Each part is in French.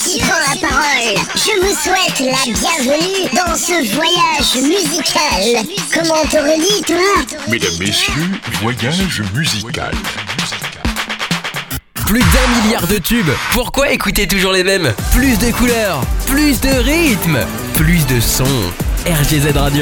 qui prend la parole. Je vous souhaite la bienvenue dans ce voyage musical. Comment t'aurais dit, toi? Mesdames, messieurs, voyage musical. Plus d'1 milliard de tubes, pourquoi écouter toujours les mêmes? Plus de couleurs, plus de rythme, plus de sons. RGZ Radio.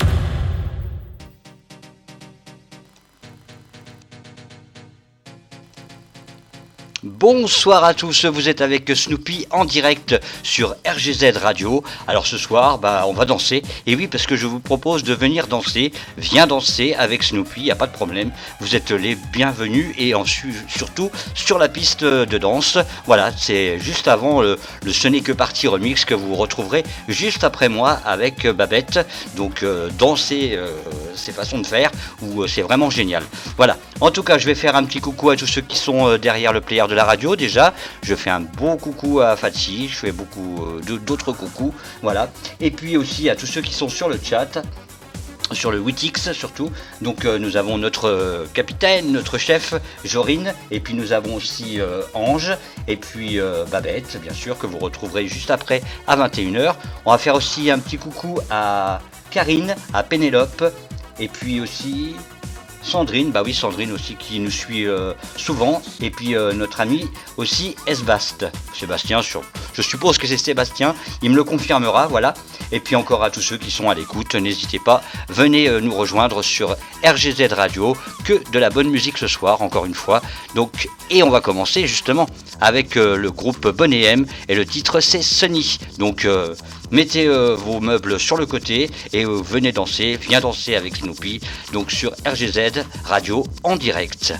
Bonsoir à tous, vous êtes avec Snoopy en direct sur RGZ Radio. Alors ce soir, on va danser. Et oui, parce que je vous propose de venir danser. Viens danser avec Snoopy, y a pas de problème. Vous êtes les bienvenus et surtout sur la piste de danse. Voilà, c'est juste avant le Ce n'est que partie remix que vous retrouverez juste après moi avec Babette. Donc danser, ces façons de faire où c'est vraiment génial. Voilà, en tout cas, je vais faire un petit coucou à tous ceux qui sont derrière le player de la radio déjà, je fais un beau coucou à Fatih, je fais beaucoup d'autres coucous, voilà, et puis aussi à tous ceux qui sont sur le chat, sur le 8X surtout. Donc nous avons notre capitaine, notre chef Jorine, et puis nous avons aussi Ange, et puis Babette bien sûr, que vous retrouverez juste après à 21h. On va faire aussi un petit coucou à Karine, à Pénélope, et puis aussi Sandrine, bah oui, Sandrine aussi qui nous suit souvent, et puis notre ami aussi Sébastien, je suppose que c'est Sébastien, il me le confirmera, voilà. Et puis encore à tous ceux qui sont à l'écoute, n'hésitez pas, venez nous rejoindre sur RGZ Radio, que de la bonne musique ce soir, encore une fois. Donc, et on va commencer justement avec le groupe Bonnet M, et le titre c'est Sunny. Donc mettez vos meubles sur le côté et venez danser, viens danser avec Snoopy, donc sur RGZ Radio en direct.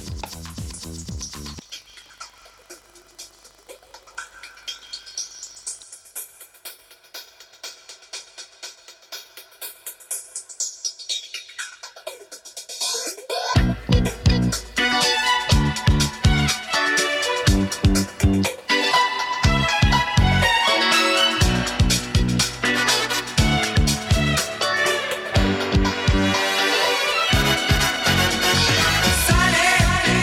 Sunny,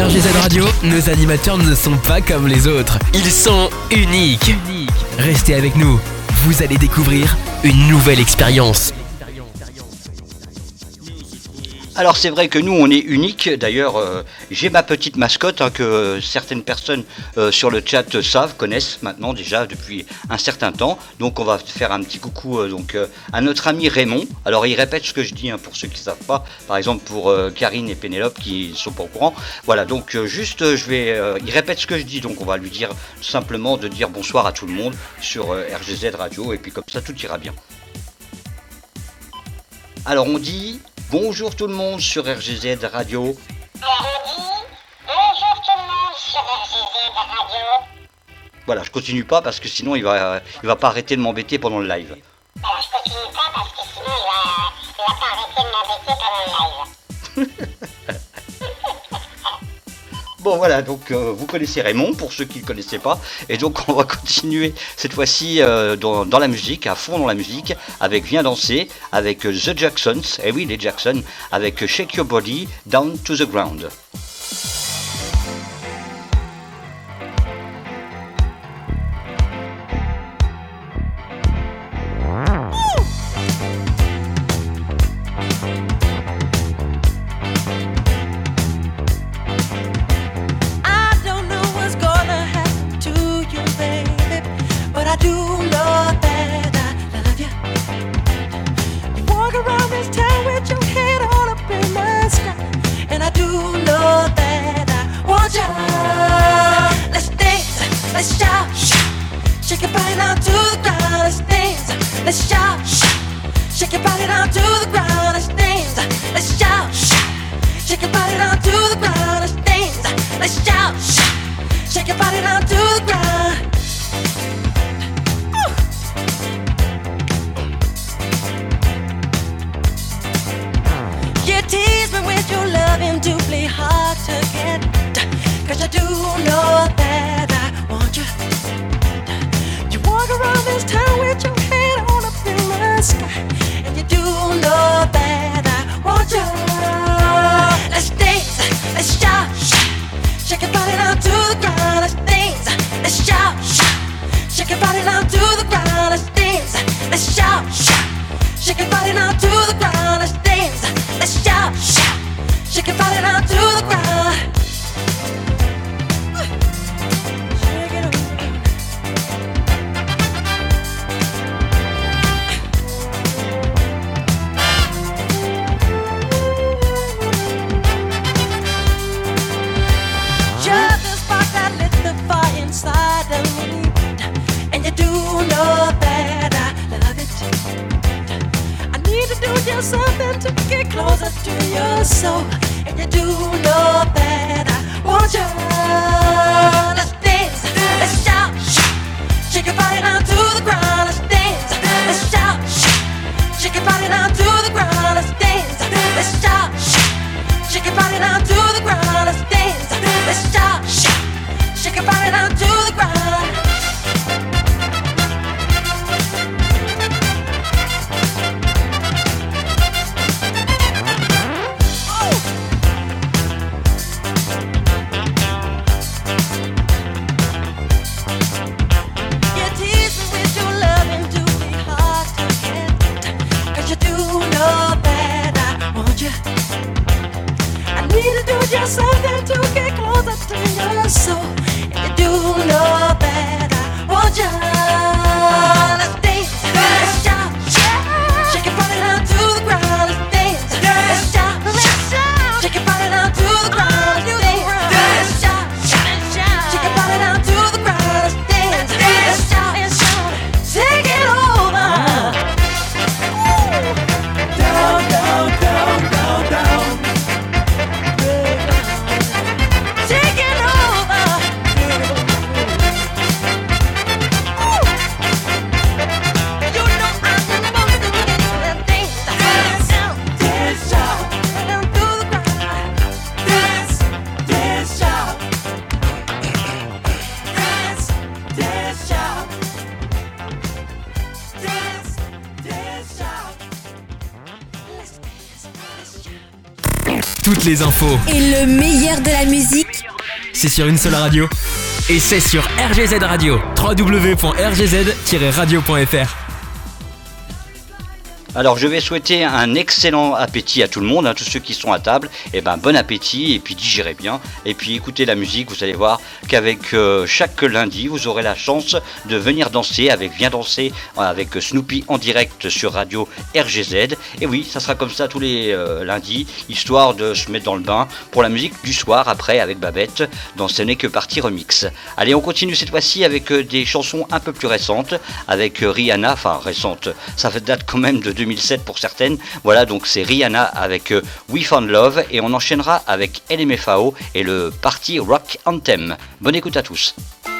RGZ Radio, nos animateurs ne sont pas comme les autres. Ils sont uniques. Restez avec nous, vous allez découvrir une nouvelle expérience. Alors c'est vrai que nous on est unique. D'ailleurs j'ai ma petite mascotte que certaines personnes sur le chat savent, connaissent maintenant déjà depuis un certain temps. Donc on va faire un petit coucou à notre ami Raymond. Alors il répète ce que je dis pour ceux qui ne savent pas. Par exemple pour Karine et Pénélope qui ne sont pas au courant. Voilà donc il répète ce que je dis. Donc on va lui dire simplement de dire bonsoir à tout le monde sur RGZ Radio. Et puis comme ça tout ira bien. Alors on dit... Bonjour tout le monde sur RGZ Radio. Bonjour tout le monde sur RGZ Radio. Voilà, je continue pas parce que sinon il va pas arrêter de m'embêter pendant le live. Alors je continue pas parce que sinon il va pas arrêter de m'embêter pendant le live. Bon voilà, donc vous connaissez Raymond, pour ceux qui ne le connaissaient pas. Et donc on va continuer cette fois-ci dans la musique, à fond dans la musique, avec Viens danser, avec The Jacksons, et oui les Jacksons, avec Shake Your Body Down to the Ground. Take it over. toutes les infos. Et le meilleur de la musique, C'est sur une seule radio. Et c'est sur RGZ Radio. www.rgz-radio.fr. Alors je vais souhaiter un excellent appétit à tout le monde, tous ceux qui sont à table, et bon appétit et puis digérez bien et puis écoutez la musique, vous allez voir qu'avec chaque lundi vous aurez la chance de venir danser avec Viens danser avec Snoopy en direct sur radio RGZ. Et oui, ça sera comme ça tous les lundis, histoire de se mettre dans le bain pour la musique du soir après avec Babette dans Ce n'est que partie remix. Allez, on continue cette fois-ci avec des chansons un peu plus récentes, avec Rihanna, enfin récente, ça date quand même de 2007 pour certaines. Voilà, donc c'est Rihanna avec We Found Love et on enchaînera avec LMFAO et le Party Rock Anthem. Bonne écoute à tous.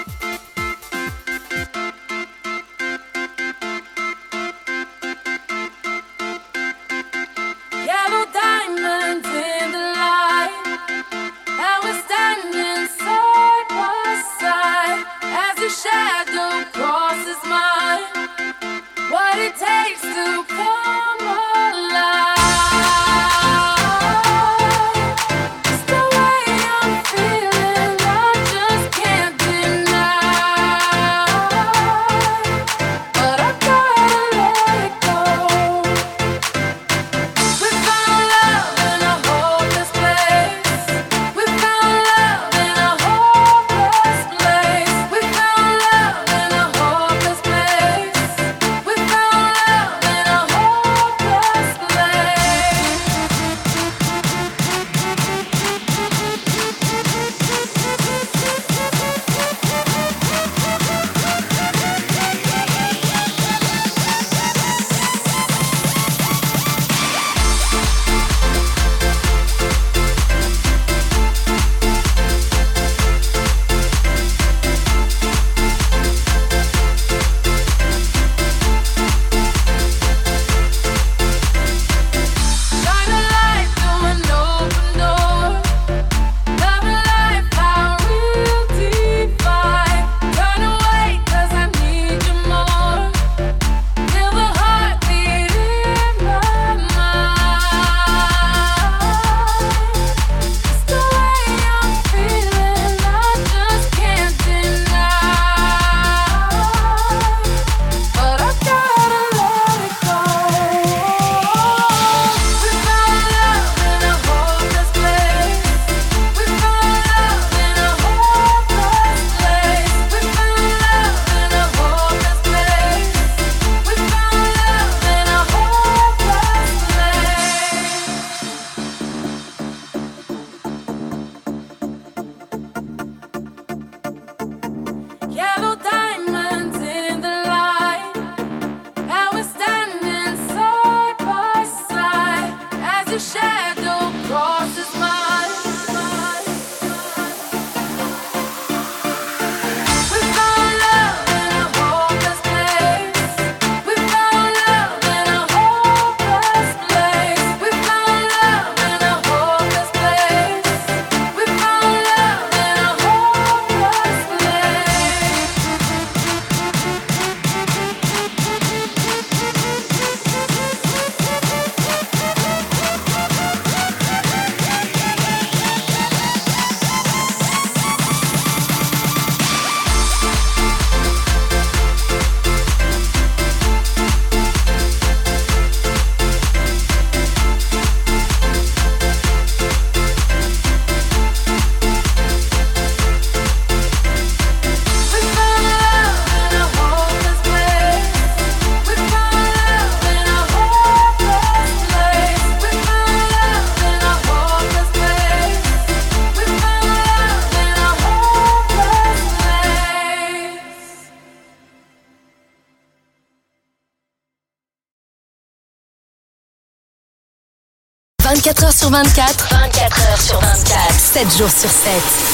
...24 heures sur 24. 24 heures sur 24. 7 jours sur 7.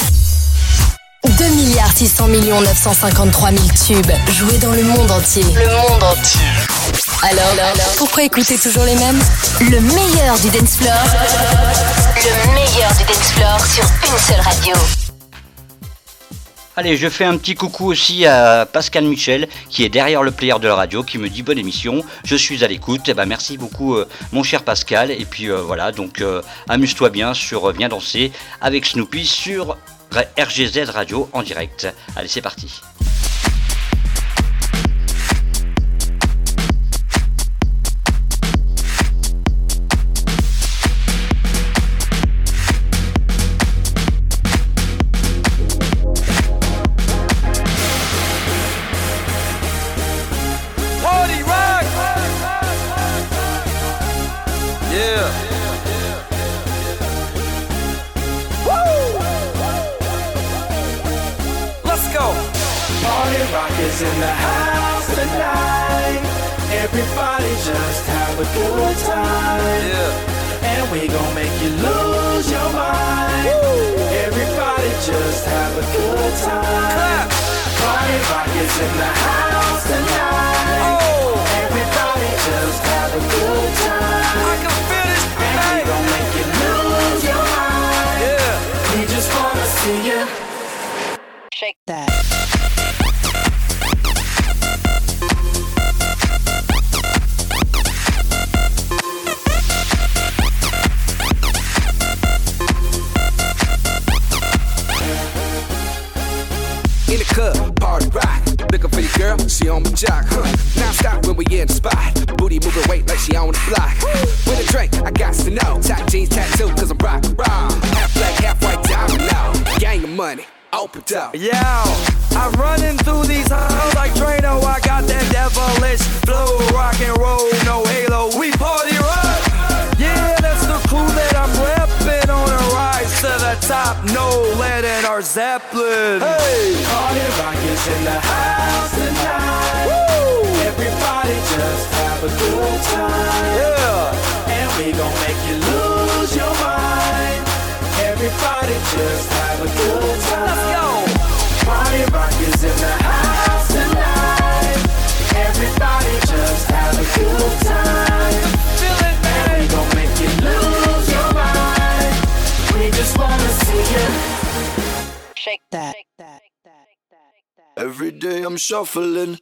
2 600 953 000 tubes joués dans le monde entier. Le monde entier. Alors, pourquoi écouter toujours les mêmes? Le meilleur du dance floor. Le meilleur du dance floor sur une seule radio. Allez, je fais un petit coucou aussi à Pascal Michel qui est derrière le player de la radio, qui me dit bonne émission, je suis à l'écoute. Eh ben, merci beaucoup mon cher Pascal. Et puis voilà, donc amuse-toi bien sur Viens danser avec Snoopy sur RGZ Radio en direct. Allez, c'est parti. In the house tonight, everybody just have a good time. Yeah. And we gon' make you lose your mind. Woo. Everybody just have a good time. Clap. Party rock is in the house tonight. Oh. Everybody just have a good time. I can feel this tonight. And we gon' make you lose your mind. Yeah. We just wanna see you shake that. In the club, party rock. Looking for your girl, she on my jock. Now stop when we in the spot. Booty moving weight like she on the block. With a drink, I got to know. Tight jeans, tattoo, cause I'm rock, raw. Half black, half white, diamond now. Gang of money, open up. Yo, I'm running through these halls like Drano. I got that devilish flow, rock and roll, no halo. We party rock. Yeah, that's the crew that I'm reppin' on a rise to the top. No lead in our Zeppelin. Hey, party rock is in the house tonight. Woo! Everybody just have a good time. Yeah, and we gon' make you lose your mind. Everybody just have a good time. Let's go. Party rock is in the house tonight. Everybody just have a good time. Feel it, man. And we gon' make you lose your mind. We just wanna see you shake that. Every day I'm shuffling.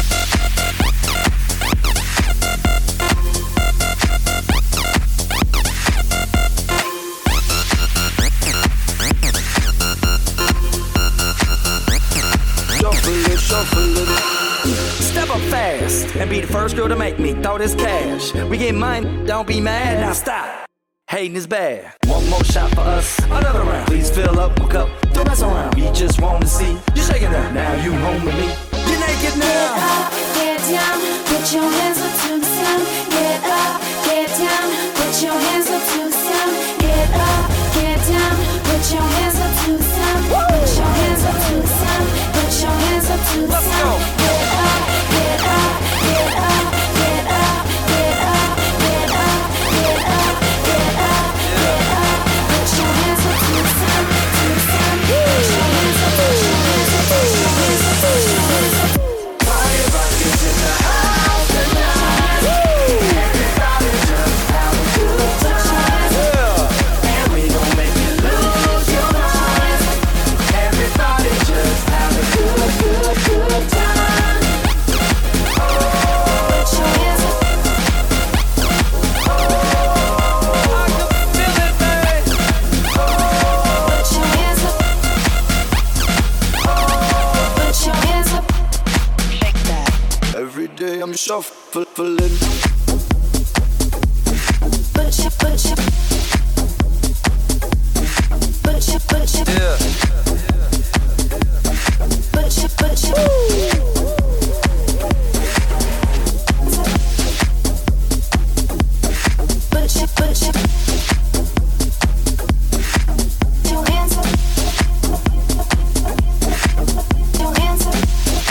Shuffling. Step up fast and be the first girl to make me throw this cash. We get mine, don't be mad. Now stop. Hating is bad. One more shot for us, another round. Please fill up my cup, don't mess around. We just wanna see you shaking that. Now you home with me. You're naked now. Get up, get down, put your hands up to the sound. Get up, get down, put your hands up to the sound. Get up, get down, put your hands up to the sound. Put your hands up to the sound. Put your hands up to the sound. Get up, get up, get up, get up, get up, get up, get up, get up, get up. Put your hands up to the sound, to the sound. Put your hands up, put your hands up, put your hands up, put your hands up. Party rock is in the house tonight. Everybody just have a good time. Yeah. And we gon' make you lose your mind. Everybody just have a good time. Put your hands up. I can feel it, man. Put your hands up. Put your hands up. Shake that. Every day I'm shuffling. Put your Yeah. put your hands up. Your hands up.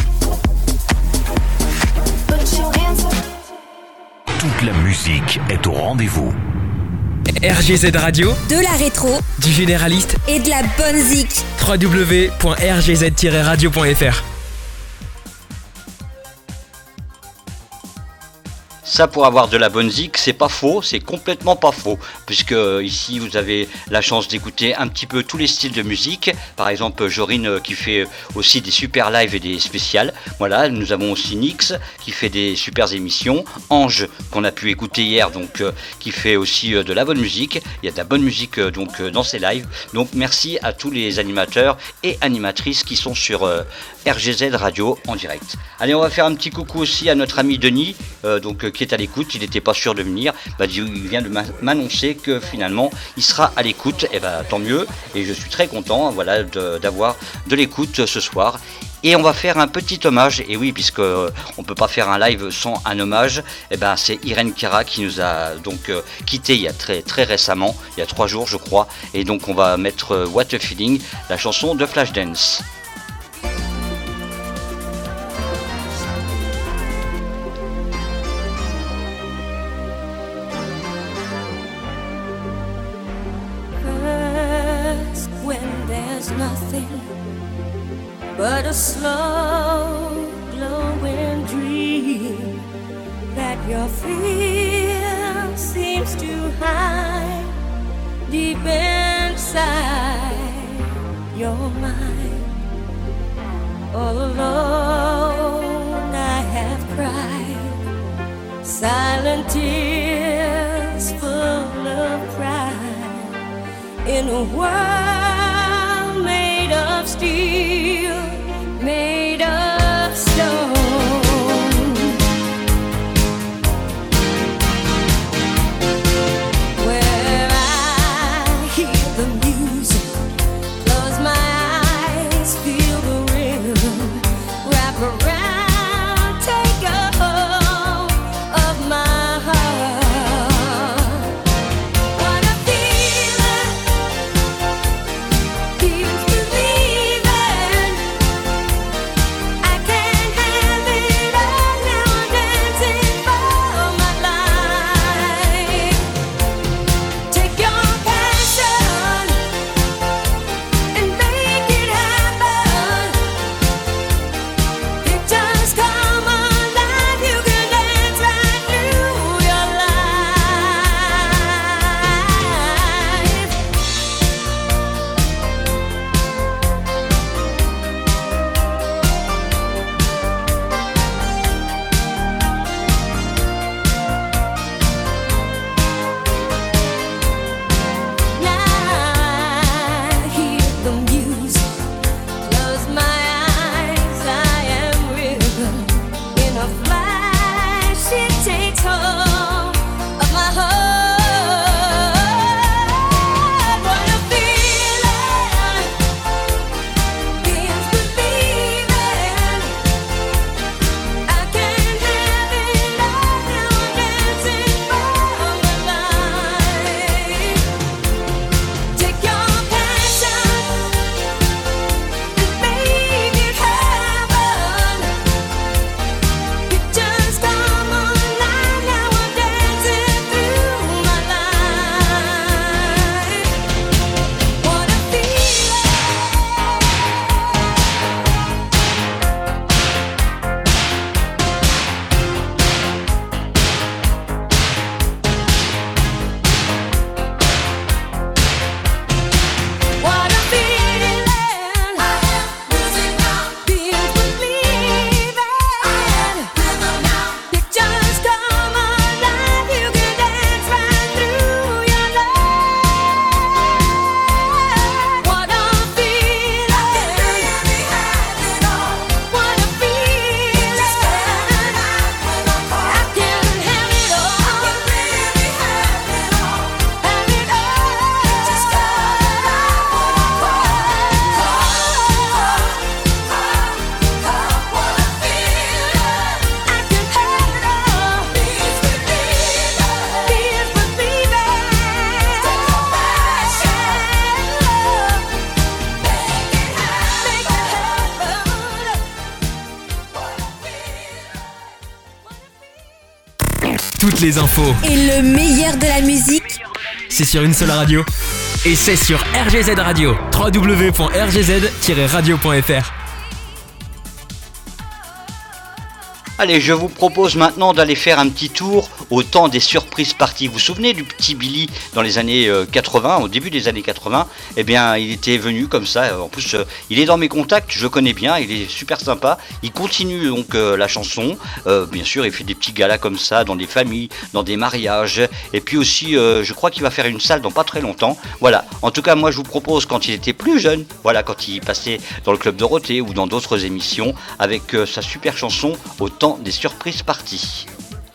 Put your hands up. Toute la musique est au rendez-vous. RGZ Radio, De la rétro du généraliste, et de la bonne zik. www.rgz-radio.fr. Ça, pour avoir de la bonne zik, c'est pas faux, c'est complètement pas faux, puisque ici vous avez la chance d'écouter un petit peu tous les styles de musique. Par exemple, Jorine qui fait aussi des super lives et des spéciales. Voilà, nous avons aussi Nix qui fait des super émissions. Ange qu'on a pu écouter hier, donc qui fait aussi de la bonne musique. Il y a de la bonne musique donc dans ses lives. Donc merci à tous les animateurs et animatrices qui sont sur RGZ Radio en direct. Allez, on va faire un petit coucou aussi à notre ami Denis, qui est à l'écoute. Il n'était pas sûr de venir, il vient de m'annoncer que finalement il sera à l'écoute. Et tant mieux, et je suis très content, voilà, d'avoir de l'écoute ce soir. Et on va faire un petit hommage, et oui, puisque on peut pas faire un live sans un hommage. C'est Irène Cara qui nous a donc quitté il y a très très récemment, il y a 3 jours je crois. Et donc on va mettre What a Feeling, la chanson de Flashdance. But a slow glowing dream that your fear seems to hide deep inside your mind. All alone I have cried silent tears full of pride in a world made of steel, made of stone. Where I hear the music, close my eyes, feel the rhythm, wrap around, take a hold of my heart. What a feeling, feels believing. I can't have it all now, I'm dancing for my life. Take your passion and make it happen. It just come alive, you can dance right through your life. Now I hear the music, close my eyes, I am rhythm. In a flash, it takes hold of my heart. What a feeling, feels believing. I can't have it all now, I'm dancing for my life. Take your passion and make it happen. It just come alive now, I'm dancing through my life. What a feeling. What a feeling. I am losing now. Feels believing. I am rhythm now. You just come alive. You can dance right through your life. What a feeling. I can really have it all. What a feeling. Just come alive when I'm caught. I can have it all. I can really have it all. Have it all. Just come alive when I'm caught. What a feeling. I can have it all. Please believe it. Please believe it. Take your passion, love. Make it happen. Toutes les infos, Et le meilleur de la musique, c'est sur une seule radio. Et c'est sur RGZ Radio. www.rgz-radio.fr. Allez, je vous propose maintenant d'aller faire un petit tour au temps des surprises parties. Vous vous souvenez du petit Billy dans les années 80, au début des années 80? Eh bien, il était venu comme ça. En plus, il est dans mes contacts, je le connais bien, il est super sympa. Il continue donc la chanson. Bien sûr, il fait des petits galas comme ça dans des familles, dans des mariages. Et puis aussi, je crois qu'il va faire une salle dans pas très longtemps. Voilà. En tout cas, moi, je vous propose quand il était plus jeune, voilà, quand il passait dans le Club Dorothée ou dans d'autres émissions, avec sa super chanson au temps des surprises parties.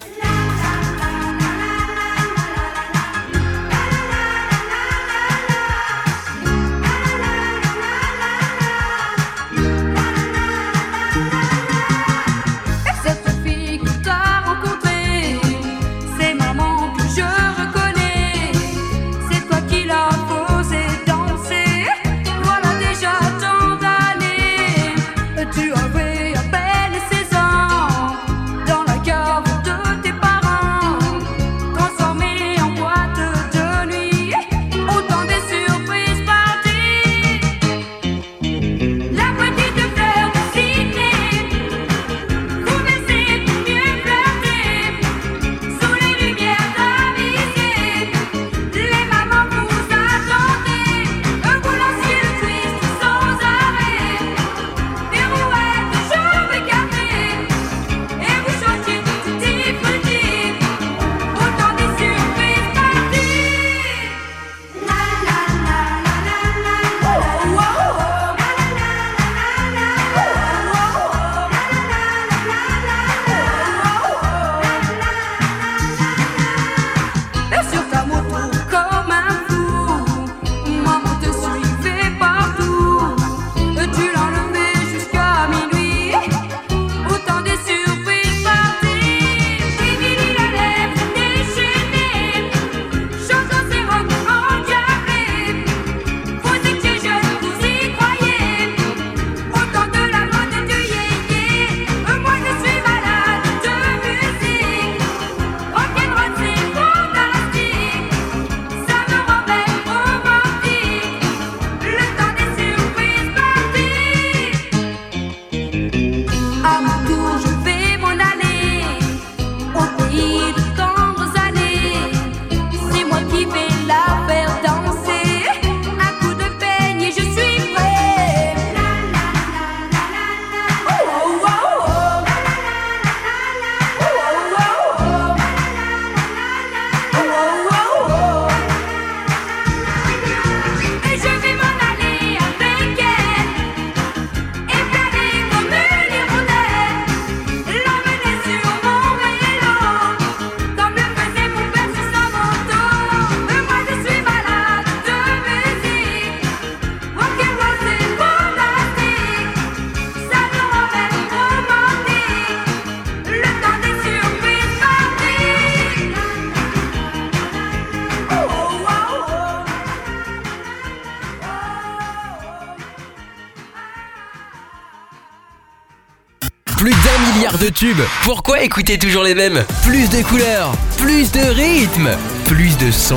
Plus d'1 milliard de tubes. Pourquoi écouter toujours les mêmes? Plus de couleurs, plus de rythme, plus de sons.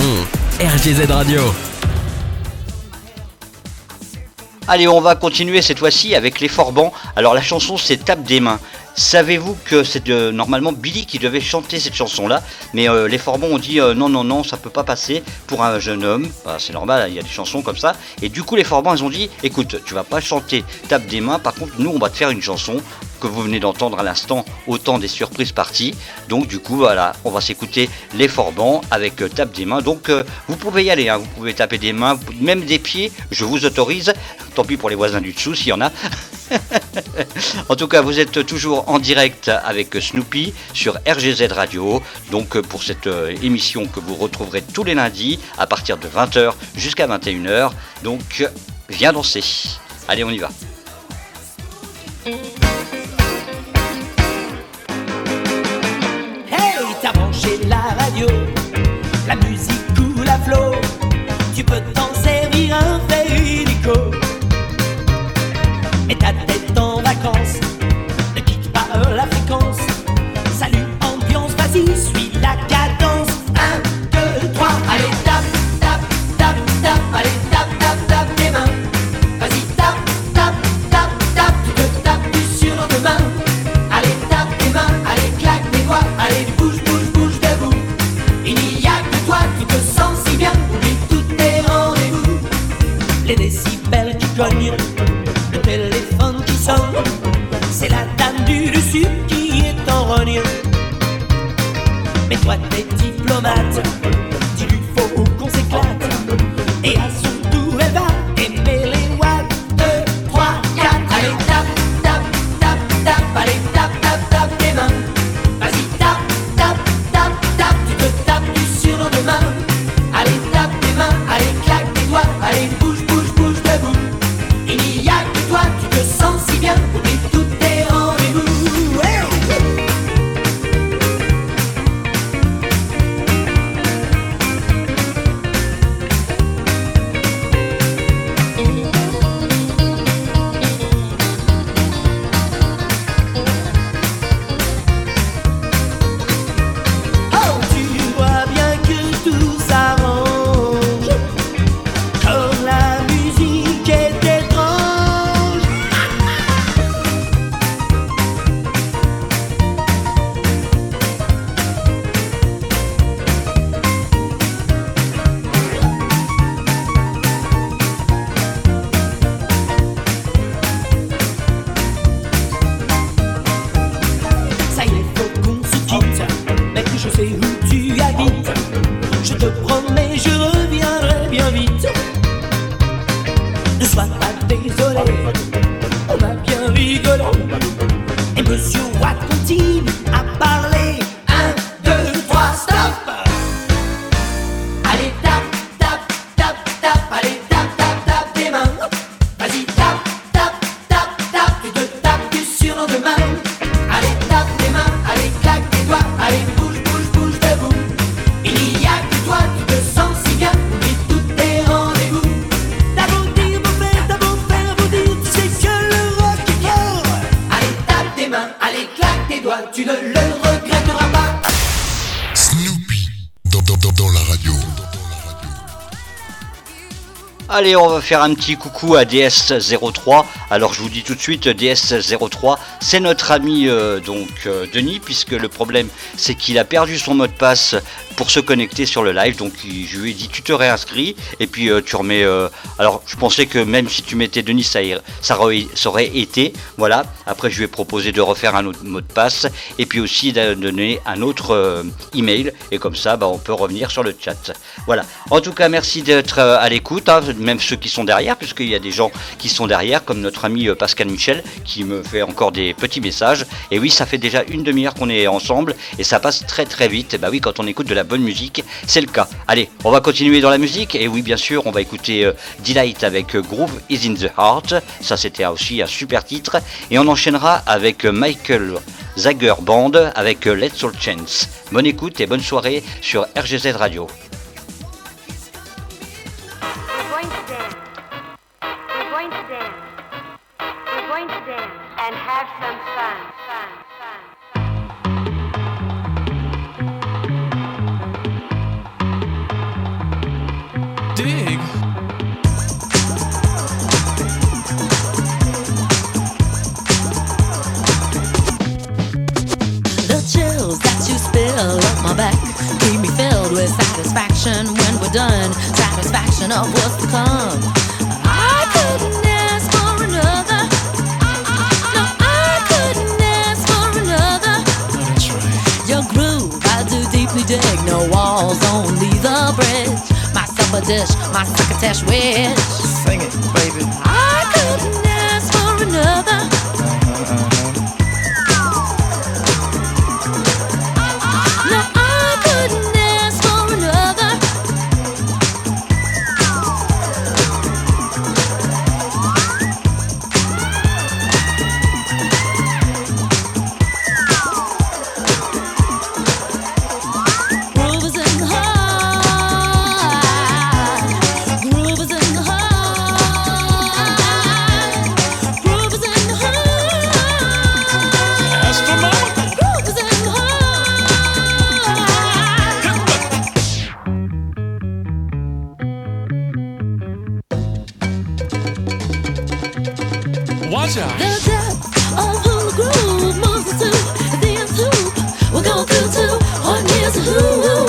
RGZ Radio. Allez, on va continuer cette fois-ci avec les Forbans. Alors la chanson c'est Tape des mains. Savez-vous que c'est normalement Billy qui devait chanter cette chanson-là, mais les Forbans ont dit non, ça peut pas passer pour un jeune homme. Bah, c'est normal, il y a des chansons comme ça. Et du coup les Forbans ils ont dit, écoute, tu vas pas chanter Tape des mains, par contre nous on va te faire une chanson que vous venez d'entendre à l'instant, au temps des surprises parties. Donc du coup voilà, on va s'écouter les Forbans avec Tape des mains. Donc vous pouvez y aller, hein, vous pouvez taper des mains, même des pieds, je vous autorise. Tant pis pour les voisins du dessous s'il y en a. En tout cas, vous êtes toujours en direct avec Snoopy sur RGZ Radio. Donc pour cette émission que vous retrouverez tous les lundis à partir de 20h jusqu'à 21h. Donc viens danser. Allez, on y va. Hey, t'as branché la radio, la musique coule à flot. Tu peux t'en servir un fait unico. Et ta tête en vacances, ne quitte pas la fréquence. Salut, ambiance, vas-y, suis la cadence. 1, 2, 3, allez, tape, tape, tape, tape. Allez, tape, tape, tape tes mains. Vas-y, tape, tape, tape, tape. Tu te tapes sur l'autre main. Allez, tape tes mains. Toi t'es diplomate, dis-lui faut qu'on s'éclate. Et à son tour elle va aimer les watts. 2, 3, 4, allez tape, tape, tape, tape. Allez tape, tape, tape tes mains. Vas-y tape, tape, tape, tape. Tu te tapes du surlendemain. Allez tape tes mains, allez claque tes doigts. Allez bouge, bouge, bouge debout. Il n'y a que toi, tu te sens si bien. Oublie tous tes rendez-vous. Hey! Oh, tu vois bien que tout s'arrange quand la musique est étrange. Ça y est, faut qu'on se quitte. Mais que je sais où tu habites. Je te promets, je reviendrai bien vite. Ne sois pas désolé, on a bien rigolé. Et Monsieur Watt continue à parler. 1, 2, 3, stop. Allez, tape, tape, tape, tape. Allez, tape, tape, tape tes mains. Vas-y, tape, tape, tape, tape. Tu te tapes du surlendemain. Allez, tape tes mains, allez, claque tes doigts. Allez, bouge, bouge, bouge debout. Il n'y a que toi, tu te sens si bien. Oublie tous tes rendez-vous. T'as beau dire, beau faire, beau dire, tu sais que le rock est fort. Allez, tape tes mains, allez, claque tes doigts. Tu ne le regretteras pas. Snoopy dans la radio. Allez, on va faire un petit coucou à DS03. Alors je vous dis tout de suite, DS03, c'est notre ami Denis, puisque le problème c'est qu'il a perdu son mot de passe pour se connecter sur le live. Donc je lui ai dit tu te réinscris et puis tu remets. Alors je pensais que même si tu mettais Denis, ça aurait été. Voilà. Après je lui ai proposé de refaire un autre mot de passe et puis aussi de donner un autre email et comme ça on peut revenir sur le chat. Voilà. En tout cas merci d'être à l'écoute, hein, même ceux qui sont derrière, puisqu'il y a des gens qui sont derrière, comme notre ami Pascal Michel qui me fait encore des petits messages. Et oui, ça fait déjà une demi-heure qu'on est ensemble et ça passe très très vite. Bah oui, quand on écoute de la bonne musique, c'est le cas. Allez, on va continuer dans la musique et oui, bien sûr, on va écouter Delight avec Groove is in the Heart. Ça, c'était aussi un super titre. Et on enchaînera avec Michael Zager Band avec Let's All Chance. Bonne écoute et bonne soirée sur RGZ Radio. And have some fun. Dig. The chills that you spill up my back keep me filled with satisfaction when we're done. Satisfaction of what's to come. I couldn't ask for another. Your groove, I do deeply dig. No walls, only the bridge. My supper dish, my succotash wish. Sing it, baby. I couldn't ask for another. No, I couldn't ask for another. Watch out. The depth of who the groove moves us to. The end hoop, we're going through to. What is a who?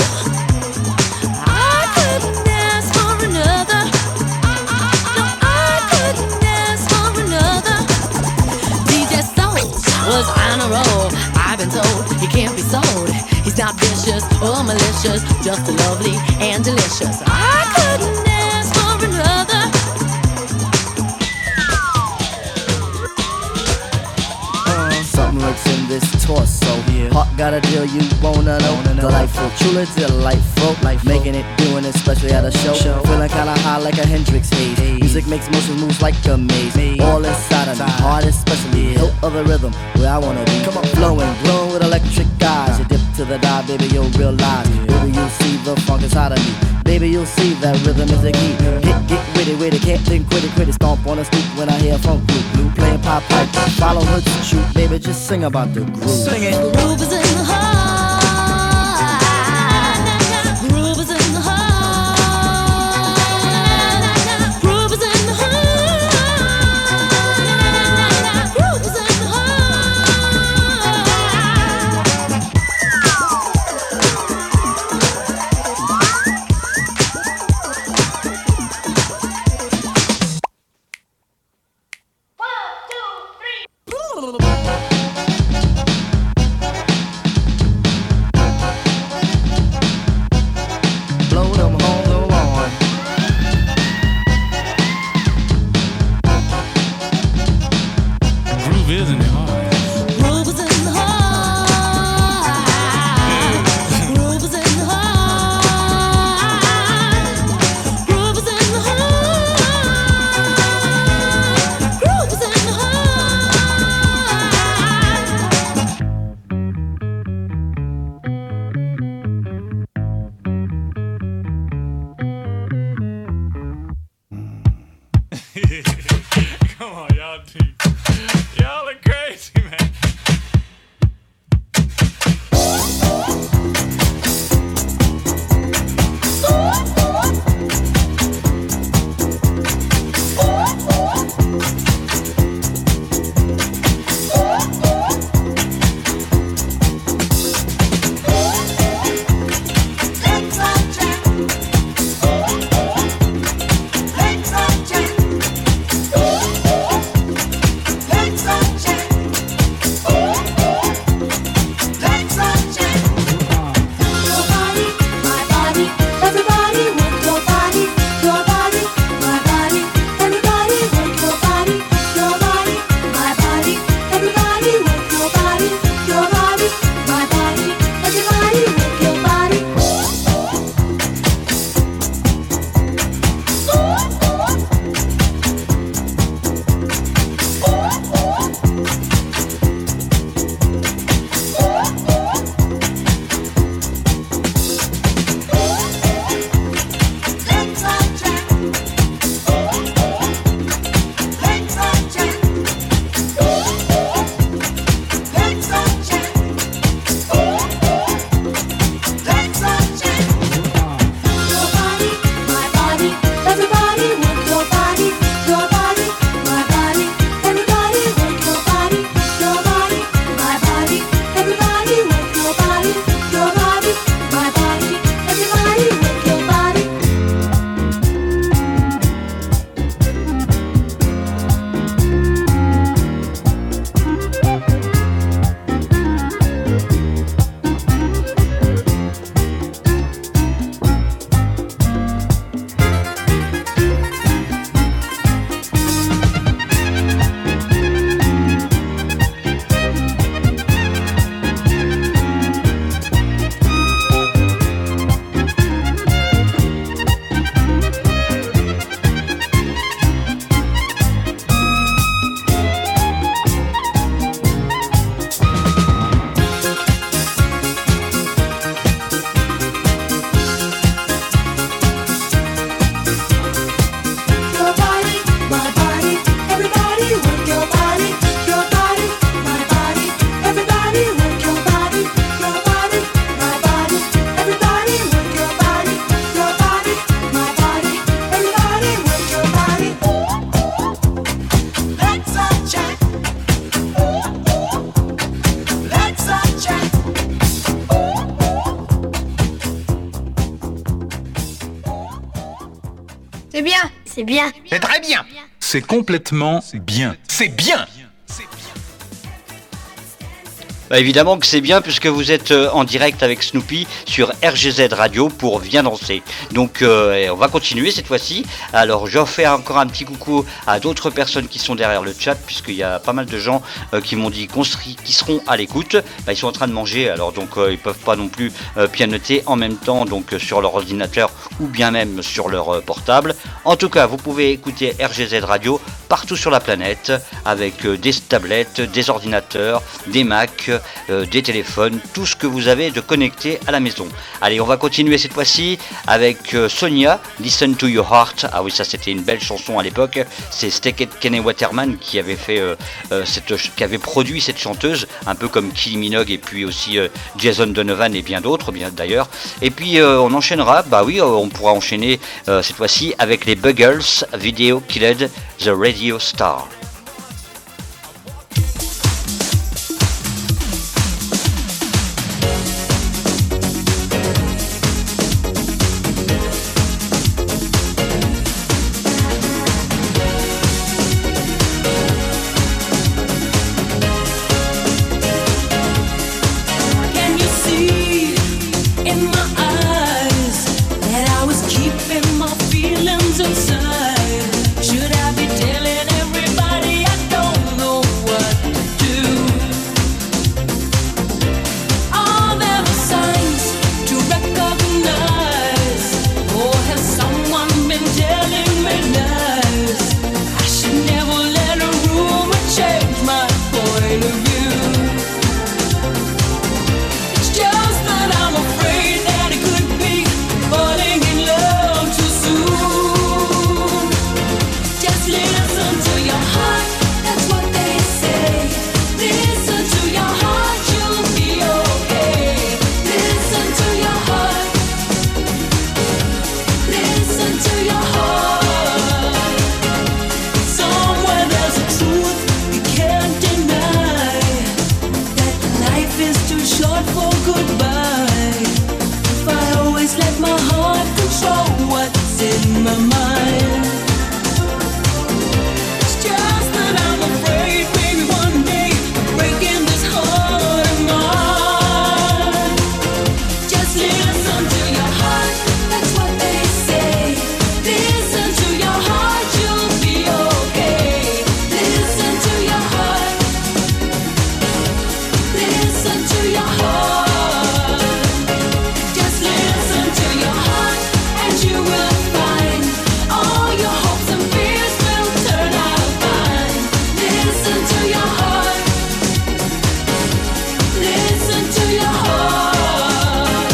I couldn't ask for another. No, I couldn't ask for another. DJ Soul was on a roll. I've been told he can't be sold. He's He's not vicious or malicious, just lovely and delicious. I couldn't ask for another. Something lurks in this torso. Heart got a deal you wanna know. Delightful, truly delightful. Making it, doing it, especially at a show. Feeling kinda high like a Hendrix haze. Music makes motion moves like a maze. All inside of me, heart especially. Hilt of the rhythm, where I wanna be. Come on, flowing, glowing with electric eyes. You dip to the dive, baby, you'll realize. Baby, you'll see the funk inside of me. Baby, you'll see that rhythm is the key. Get witty, can't think, quit it. Stomp on the stoop when I hear funk blue playing pop pipe. Follow her to shoot, baby, just sing about the groove. Sing it. The groove is in the heart. The groove is in the heart. Groove is in the heart. Groove is in the Come on, y'all are crazy, man. C'est bien. C'est bien. C'est très bien. C'est complètement bien. C'est bien. Évidemment que c'est bien puisque vous êtes en direct avec Snoopy sur RGZ Radio pour Viens danser. Donc on va continuer cette fois-ci. Alors je fais encore un petit coucou à d'autres personnes qui sont derrière le chat puisqu'il y a pas mal de gens qui m'ont dit qui seront à l'écoute. Ils sont en train de manger, alors donc ils peuvent pas non plus pianoter en même temps donc sur leur ordinateur ou bien même sur leur portable. En tout cas, vous pouvez écouter RGZ Radio partout sur la planète avec des tablettes, des ordinateurs, des Mac, des téléphones, tout ce que vous avez de connecté à la maison. Allez, on va continuer cette fois-ci avec Sonia, Listen to Your Heart. Ah oui, ça c'était une belle chanson à l'époque. C'est Stekket Kenny Waterman qui avait fait qui avait produit cette chanteuse, un peu comme Kylie Minogue et puis aussi Jason Donovan et bien d'autres, bien d'ailleurs. Et puis on enchaînera, on pourra enchaîner cette fois-ci avec les Buggles, Video Killed the Radio Star. Can you see in my eyes that I was keeping my feelings inside? Should I be telling everybody I don't know what to do? Are there the signs to recognize? Or has someone been telling me lies? I should never let a rumor change my point of view. It's just that I'm afraid that it could be falling in love too soon. Just listen to your heart, that's what they say. Listen to your heart, you'll be okay. Listen to your heart. Listen to your heart. Somewhere there's a truth you can't deny. That life is too short for goodbye. If I always let my heart control what's in my mind. It's just that I'm afraid maybe one day I'm breaking this heart of mine. Just listen to your heart, that's what they say. Listen to your heart, you'll be okay. Listen to your heart. Listen to your heart. Just listen to your heart, and you will find all your hopes and fears will turn out fine. Listen to your heart. Listen to your heart.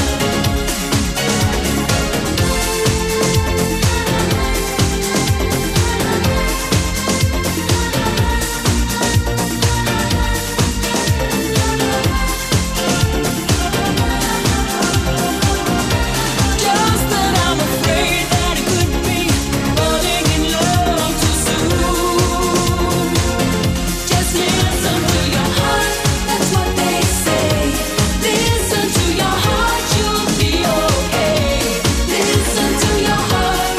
Just that I'm afraid that it could be falling in love too soon. Just listen to your heart, that's what they say. Listen to your heart, you'll be okay. Listen to your heart.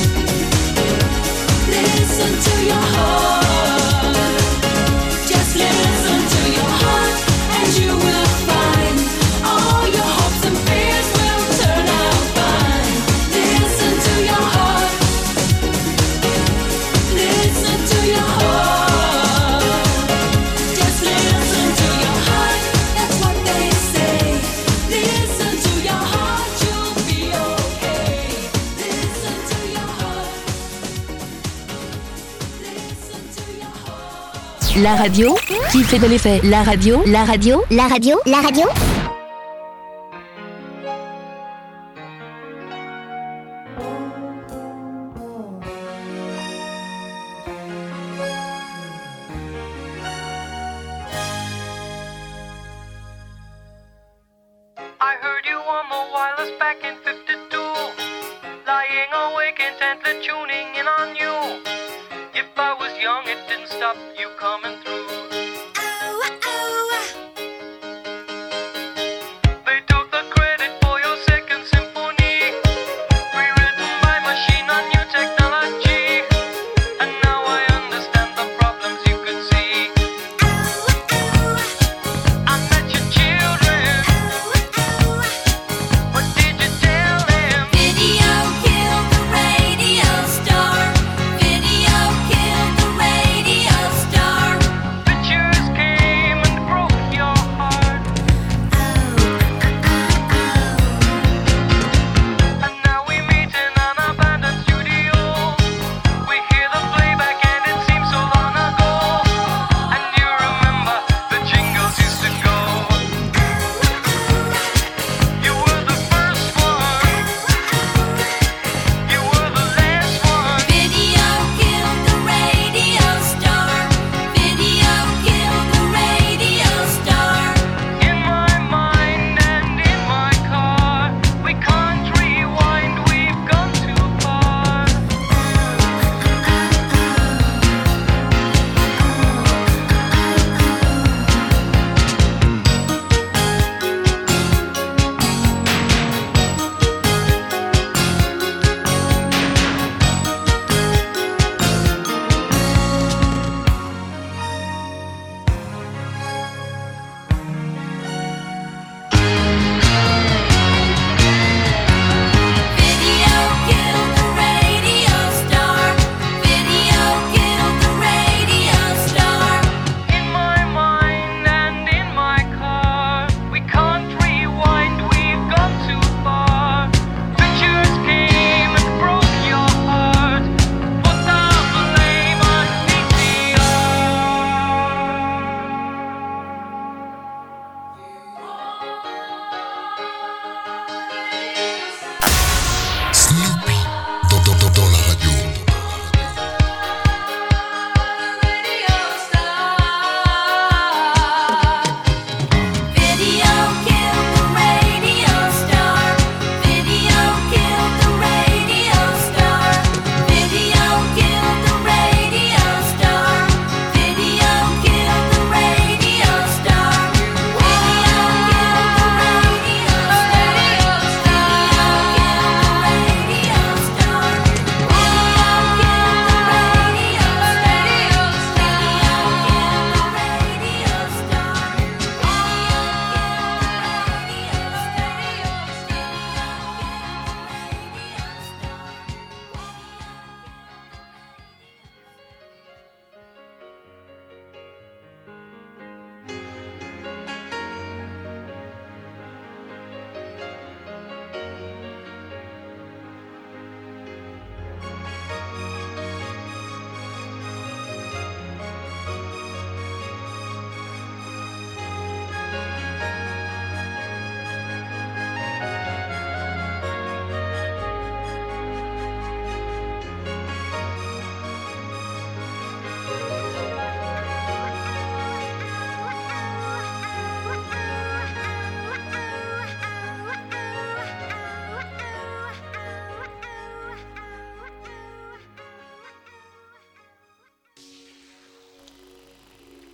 Listen to your heart. Just listen to your heart, and you will find all your hopes and fears will turn out fine. Listen to your heart. Listen to your heart. Just listen to your heart, that's what they say. Listen to your heart, you'll be okay. Listen to your heart. Listen to your heart. La radio qui fait de l'effet. La radio. La radio. La radio. La radio. I heard you on the wireless back in 52, lying awake intently tuning in on you. If I was young, it didn't stop you coming through. They took the credit for your second symphony, rewritten by machine on new technology. And now I understand the problems you could see. I met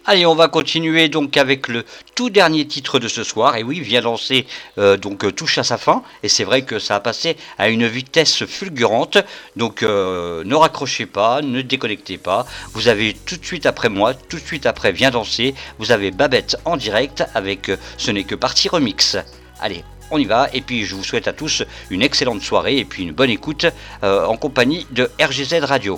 Allez, on va continuer donc avec le tout dernier titre de ce soir. Et oui, Viens danser touche à sa fin. Et c'est vrai que ça a passé à une vitesse fulgurante. Donc ne raccrochez pas, ne déconnectez pas. Vous avez tout de suite après moi, tout de suite après Viens danser, vous avez Babette en direct avec Ce n'est que partie remix. Allez, on y va. Et puis je vous souhaite à tous une excellente soirée et puis une bonne écoute en compagnie de RGZ Radio.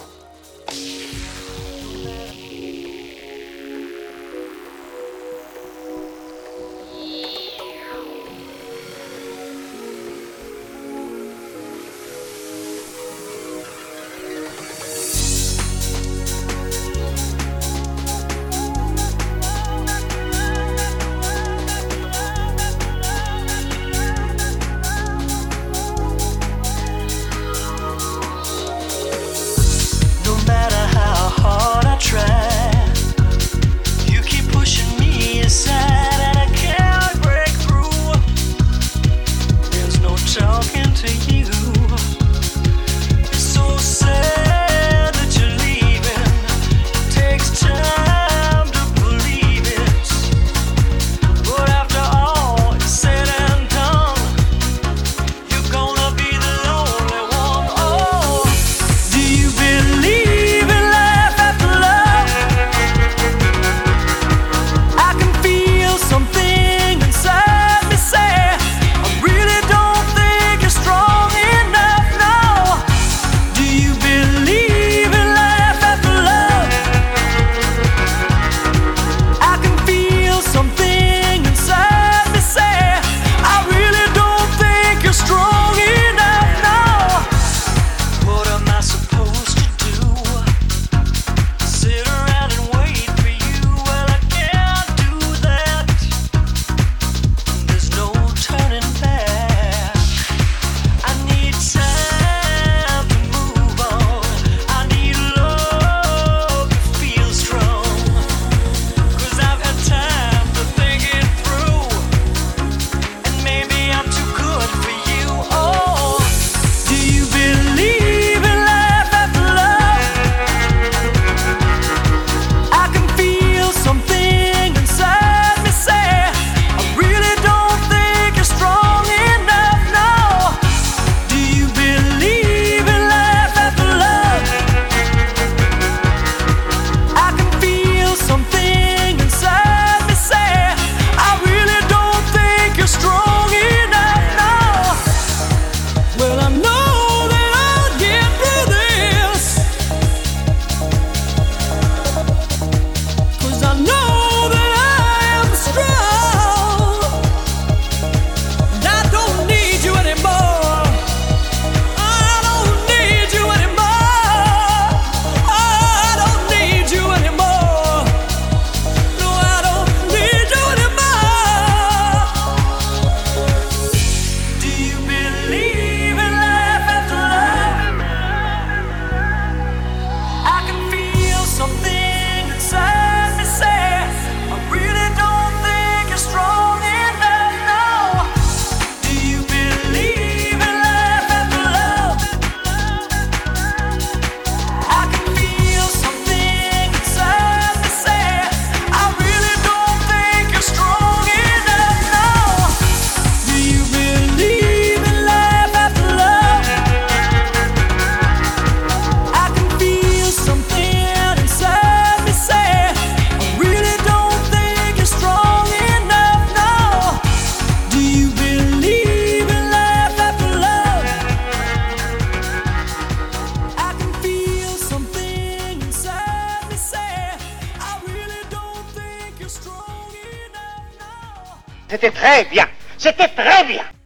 C'était très bien. C'était très bien.